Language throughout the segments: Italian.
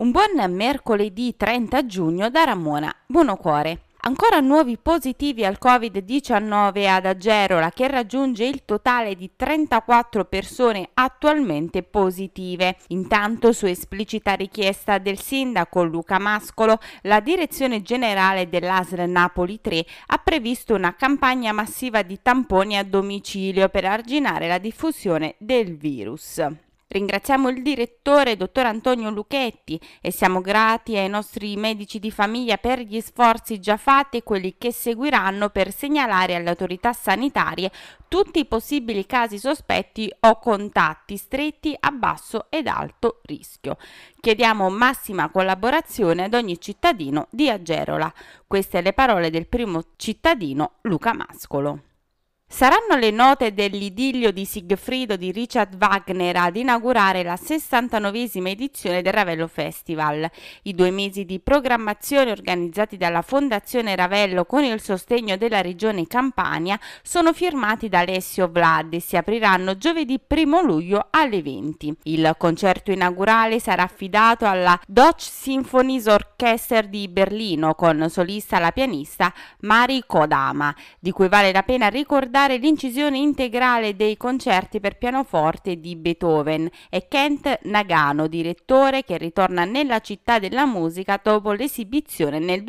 Un buon mercoledì 30 giugno da Ramona Buonocuore. Ancora nuovi positivi al Covid-19 ad Agerola, che raggiunge il totale di 34 persone attualmente positive. Intanto, su esplicita richiesta del sindaco Luca Mascolo, la direzione generale dell'ASL Napoli 3 ha previsto una campagna massiva di tamponi a domicilio per arginare la diffusione del virus. Ringraziamo il direttore, dottor Antonio Luchetti, e siamo grati ai nostri medici di famiglia per gli sforzi già fatti e quelli che seguiranno per segnalare alle autorità sanitarie tutti i possibili casi sospetti o contatti stretti a basso ed alto rischio. Chiediamo massima collaborazione ad ogni cittadino di Agerola. Queste le parole del primo cittadino, Luca Mascolo. Saranno le note dell'idillio di Sigfrido di Richard Wagner ad inaugurare la 69esima edizione del Ravello Festival. I 2 mesi di programmazione organizzati dalla Fondazione Ravello con il sostegno della Regione Campania sono firmati da Alessio Vlad e si apriranno giovedì 1 luglio alle 20. Il concerto inaugurale sarà affidato alla Deutsche Symphonies Orchester di Berlino con solista la pianista Mari Kodama, di cui vale la pena ricordare l'incisione integrale dei concerti per pianoforte di Beethoven, e Kent Nagano, direttore, che ritorna nella città della musica dopo l'esibizione nel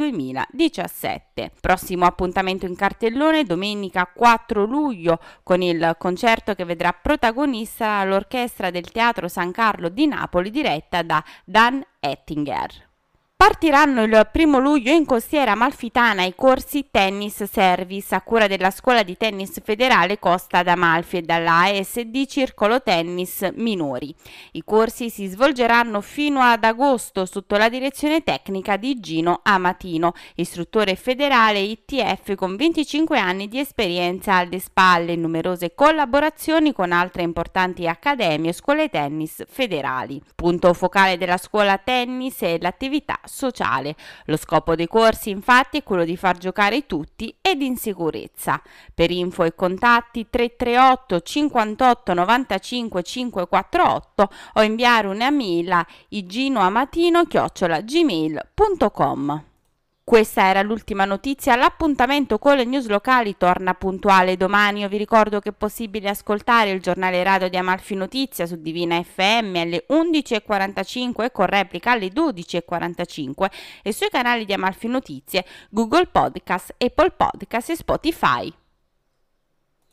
2017. Prossimo appuntamento in cartellone domenica 4 luglio con il concerto che vedrà protagonista l'orchestra del Teatro San Carlo di Napoli diretta da Dan Ettinger. Partiranno il 1 luglio in Costiera Amalfitana i corsi Tennis Service a cura della Scuola di Tennis Federale Costa d'Amalfi e dalla ASD Circolo Tennis Minori. I corsi si svolgeranno fino ad agosto sotto la direzione tecnica di Gino Amatino, istruttore federale ITF con 25 anni di esperienza alle spalle e numerose collaborazioni con altre importanti accademie e scuole tennis federali. Punto focale della scuola tennis è l'attività sociale. Lo scopo dei corsi, infatti, è quello di far giocare tutti ed in sicurezza. Per info e contatti 338 58 95 548 o inviare un'email a iginoamatino@gmail.com. Questa era l'ultima notizia. L'appuntamento con le news locali torna puntuale domani. Io vi ricordo che è possibile ascoltare il giornale radio di Amalfi Notizia su Divina FM alle 11:45 con replica alle 12:45 e sui canali di Amalfi Notizie, Google Podcast, Apple Podcast e Spotify.